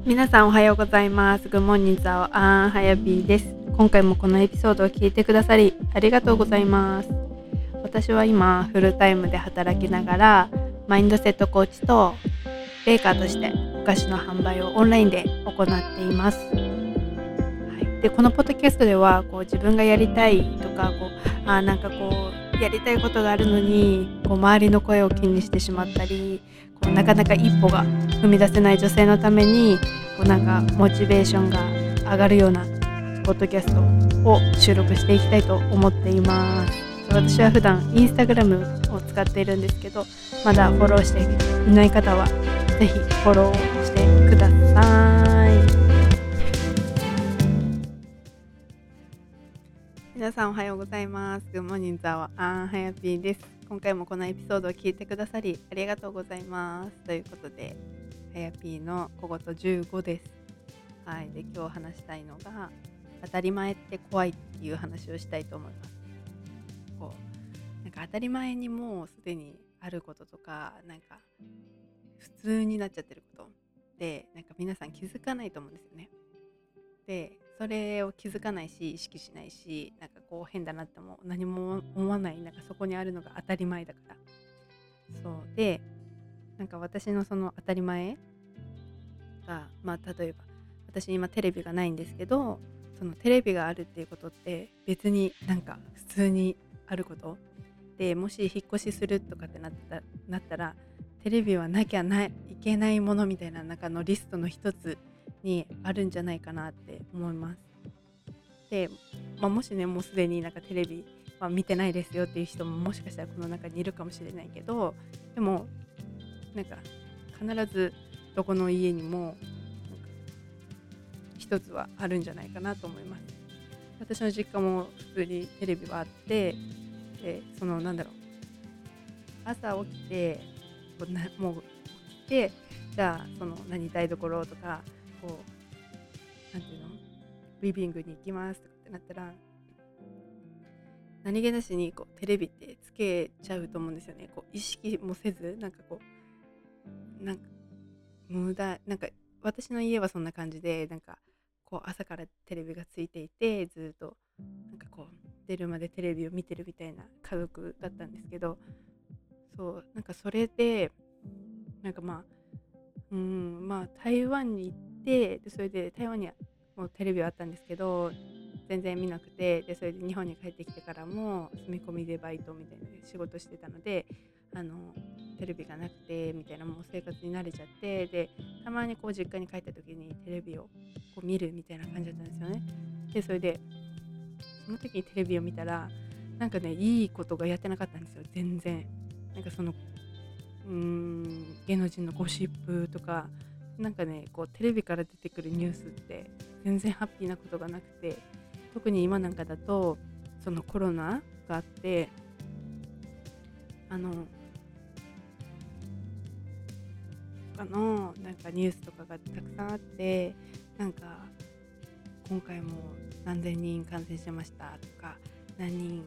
皆さんおはようございます。グッモーニングザワアンハヤピーです。今回もこのエピソードを聞いてくださりありがとうございます。私は今フルタイムで働きながらマインドセットコーチとベーカーとしてお菓子の販売をオンラインで行っています。でこのポッドキャストでは自分がやりたいとかやりたいことがあるのに周りの声を気にしてしまったりなかなか一歩が踏み出せない女性のためにモチベーションが上がるようなポッドキャストを収録していきたいと思っています。私は普段インスタグラムを使っているんですけど、まだフォローしていない方はぜひフォローしてください。皆さんおはようございます。グッモーニングザワアンハヤピーです。今回もこのエピソードを聞いてくださりありがとうございます。ということで、ハヤピーの小言15です。で今日話したいのが当たり前って怖いっていう話をしたいと思います。当たり前にもうすでにあることとか普通になっちゃってることで皆さん気づかないと思うんですよね。でそれを気づかないし意識しないし変だなっても何も思わない、そこにあるのが当たり前だから。そうで私のその当たり前が例えば私今テレビがないんですけど、そのテレビがあるっていうことって別に普通にあることで、もし引っ越しするとかってなったらテレビはなきゃいけないものみたいなのリストの一つにあるんじゃないかなって思います。で、もしねもうすでにテレビは見てないですよっていう人ももしかしたらこの中にいるかもしれないけど、でも必ずどこの家にも一つはあるんじゃないかなと思います。私の実家も普通にテレビはあって、で朝起きてもう起きて、じゃあその台所とかなんていうのリビングに行きますとかってなったら何気なしにテレビってつけちゃうと思うんですよね。意識もせず無駄私の家はそんな感じで朝からテレビがついていてずっと出るまでテレビを見てるみたいな家族だったんですけど、そうそれで台湾に行って、でそれで台湾にはもうテレビはあったんですけど全然見なくて、でそれで日本に帰ってきてからも住み込みでバイトみたいな仕事してたのでテレビがなくてみたいな、もう生活に慣れちゃって、でたまに実家に帰った時にテレビを見るみたいな感じだったんですよね。でそれでその時にテレビを見たらいいことがやってなかったんですよ、全然。その芸能人のゴシップとかテレビから出てくるニュースって全然ハッピーなことがなくて、特に今だとそのコロナがあってニュースとかがたくさんあって、今回も何千人感染してましたとか、何人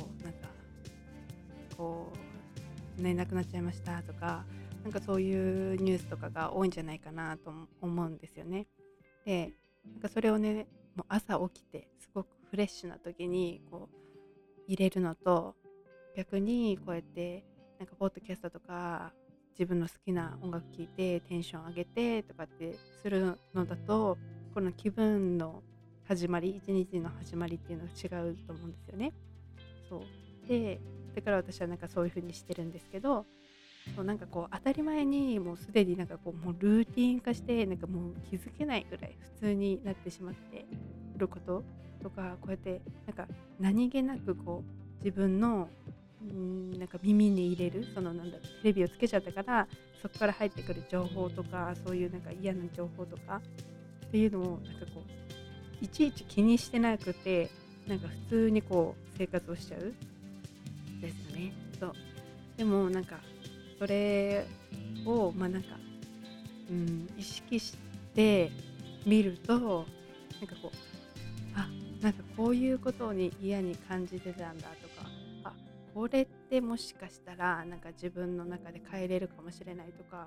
亡くなっちゃいましたとか、そういうニュースとかが多いんじゃないかなと思うんですよね。でそれをねもう朝起きてすごくフレッシュな時に入れるのと、逆にこうやってポッドキャストとか自分の好きな音楽聴いてテンション上げてとかってするのだと、この気分の始まり、一日の始まりっていうのが違うと思うんですよね。そうでだから私はそういう風にしてるんですけど、もう当たり前にもうすでにもうルーティン化してもう気づけないぐらい普通になってしまっていることとか、こうやって何気なく自分の耳に入れるテレビをつけちゃったからそこから入ってくる情報とか、そういう嫌な情報とかっていうのをいちいち気にしてなくて普通に生活をしちゃうですよね。そうでもそれを意識してみるとあこういうことに嫌に感じてたんだとか、これってもしかしたら自分の中で変えれるかもしれないとか、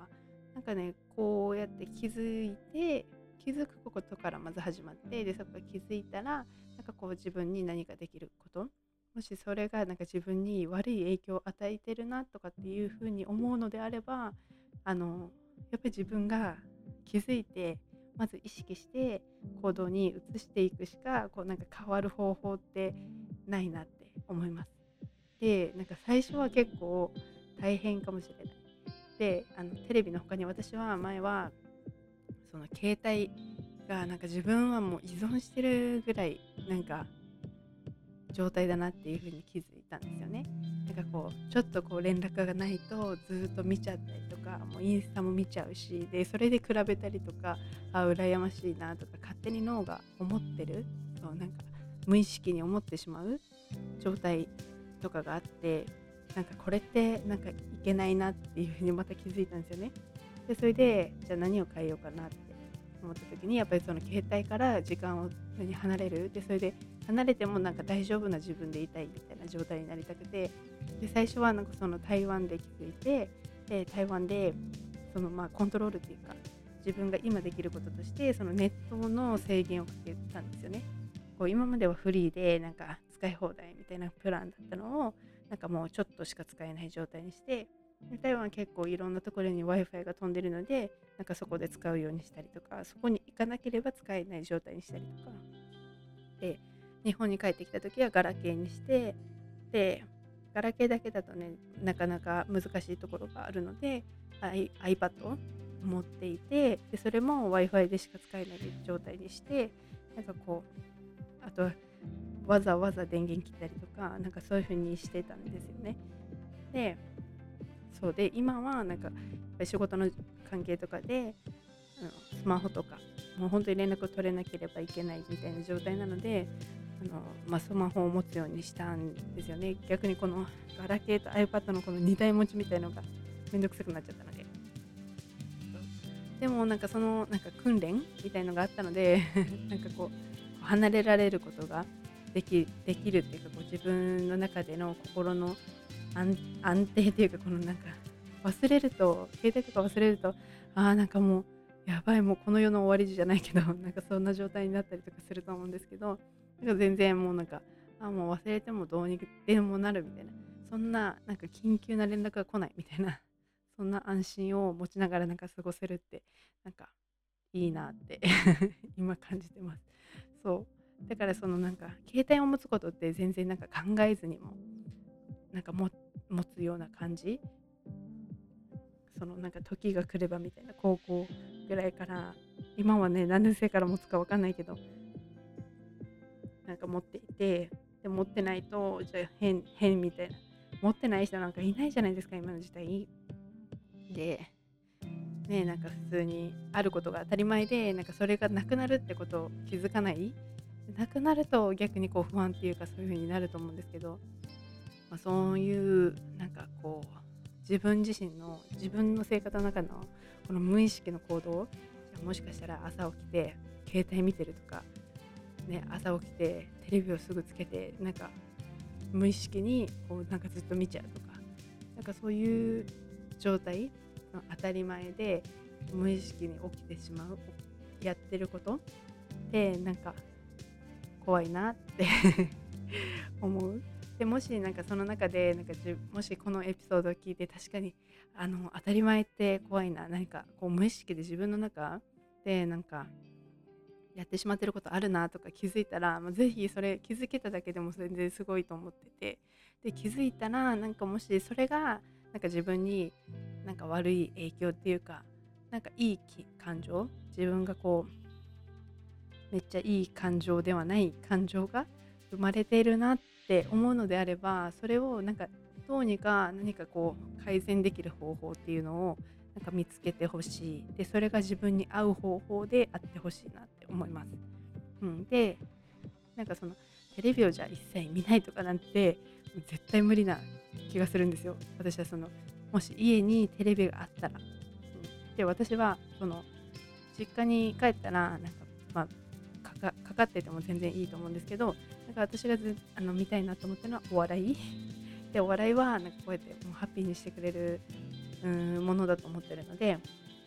なんかね、こうやって気づくことからまず始まって、でそこから気づいたら、なんかこう自分に何かできること、もしそれがなんか自分に悪い影響を与えてるなとかっていうふうに思うのであれば、やっぱり自分が気づいて、まず意識して行動に移していくしか、こうなんか変わる方法ってないなって思います。で、なんか最初は結構大変かもしれない。で、テレビの他に私は前はその携帯がなんか自分はもう依存してるぐらいなんか状態だなっていう風に気づいたんですよね。なんかこうちょっとこう連絡がないとずっと見ちゃったりとか、もうインスタも見ちゃうし、でそれで比べたりとか、羨ましいなとか勝手に脳が思ってる、そうなんか無意識に思ってしまう状態とかがあって、なんかこれってなんかいけないなっていう風にまた気づいたんですよね。でそれでじゃあ何を変えようかなって思った時に、やっぱりその携帯から時間を離れる、でそれで離れてもなんか大丈夫な自分でいたいみたいな状態になりたくて、で最初はなんかその台湾で気づいて、で台湾でそのまあコントロールっていうか、自分が今できることとしてそのネットの制限をかけたんですよね。こう今まではフリーでなんか使い放題みたいなプランだったのを、なんかもうちょっとしか使えない状態にして、で台湾は結構いろんなところに Wi-Fi が飛んでるので、なんかそこで使うようにしたりとか、そこに行かなければ使えない状態にしたりとかで、日本に帰ってきた時はガラケーにして、でガラケーだけだとねなかなか難しいところがあるので、iPad を持っていて、でそれも Wi-Fi でしか使えない状態にして、なんかこうあとわざわざ電源切ったりとか、なんかそういう風にしてたんですよね。でそうで今はなんかやっぱり仕事の関係とかで、スマホとかもう本当に連絡を取れなければいけないみたいな状態なので、スマホを持つようにしたんですよね。逆にこのガラケーと iPad のこの2台持ちみたいのがめんどくさくなっちゃったので、でもなんかそのなんか訓練みたいのがあったのでなんかこう離れられることができるっていうか、こう自分の中での心の安定っていうか、このなんか忘れると携帯とか忘れると、なんかもうやばい、もうこの世の終わりじゃないけどなんかそんな状態になったりとかすると思うんですけど、なんか全然もうなんか、もう忘れてもどうにでもなるみたいな、そんななんか緊急な連絡が来ないみたいなそんな安心を持ちながらなんか過ごせるって、なんかいいなって今感じてます。そう。だからそのなんか携帯を持つことって全然なんか考えずにもなんか持つような感じ。そのなんか時が来ればみたいな、高校ぐらいから、今はね何年生から持つかわかんないけど、なんか持っていて、で持ってないとじゃあ変みたいな、持ってない人なんかいないじゃないですか今の時代で。ね、なんか普通にあることが当たり前で、なんかそれがなくなるってことを気づかない。なくなると逆にこう不安っていうか、そういう風になると思うんですけど、そういうなんかこう自分の生活の中のこの無意識の行動、じゃあもしかしたら朝起きて携帯見てるとか、ね、朝起きてテレビをすぐつけてなんか無意識にこうなんかずっと見ちゃうとか、なんかそういう状態、当たり前で無意識に起きてしまうやってることで、なんか怖いなって思う。でもしなんかその中でなんかもしこのエピソードを聞いて、確かに当たり前って怖いな、何かこう無意識で自分の中でなんかやってしまってることあるなとか気づいたら、ぜひそれ気づけただけでも全然すごいと思ってて、で気づいたらなんかもしそれがなんか自分になんか悪い影響っていうか、なんかいい感情、自分がこうめっちゃいい感情ではない感情が生まれているなって思うのであれば、それをなんかどうにか何かこう改善できる方法っていうのをなんか見つけてほしい。でそれが自分に合う方法であってほしいなって思います。でなんかそのテレビをじゃあ一切見ないとかなんて絶対無理な気がするんですよ。私はそのもし家にテレビがあったら、で私はその実家に帰ったらなんかまあかかってても全然いいと思うんですけど、なんか私が見たいなと思ってるのはお笑いで、お笑いはなんかこうやってもうハッピーにしてくれるものだと思ってるので、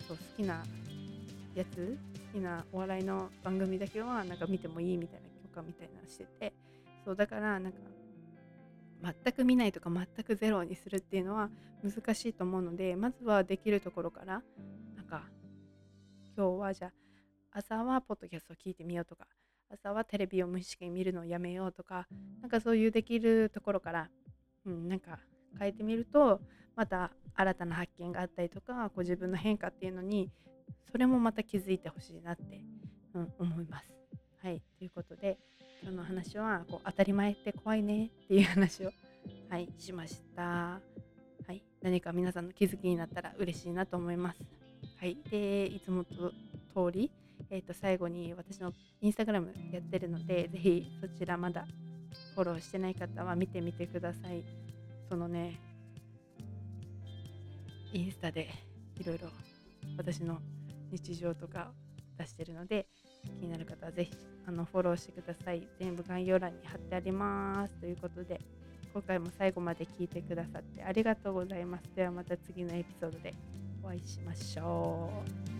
そう好きなやつ好きなお笑いの番組だけはなんか見てもいいみたいな許可みたいなのしてて、そうだからなんか全く見ないとか全くゼロにするっていうのは難しいと思うので、まずはできるところからなんか今日はじゃあ朝はポッドキャストを聞いてみようとか、朝はテレビを無意識に見るのをやめようとか、なんかそういうできるところから、なんか変えてみるとまた新たな発見があったりとか、こう自分の変化っていうのにそれもまた気づいてほしいなって、思います。はい、ということで今日の話はこう当たり前って怖いねっていう話を、はい、しました。はい、何か皆さんの気づきになったら嬉しいなと思います。はい、でいつもと通り、最後に私のインスタグラムやってるので、ぜひそちらまだフォローしてない方は見てみてください。そのね、インスタでいろいろ私の日常とか出してるので、気になる方はぜひフォローしてください。全部概要欄に貼ってあります。ということで、今回も最後まで聞いてくださってありがとうございます。ではまた次のエピソードでお会いしましょう。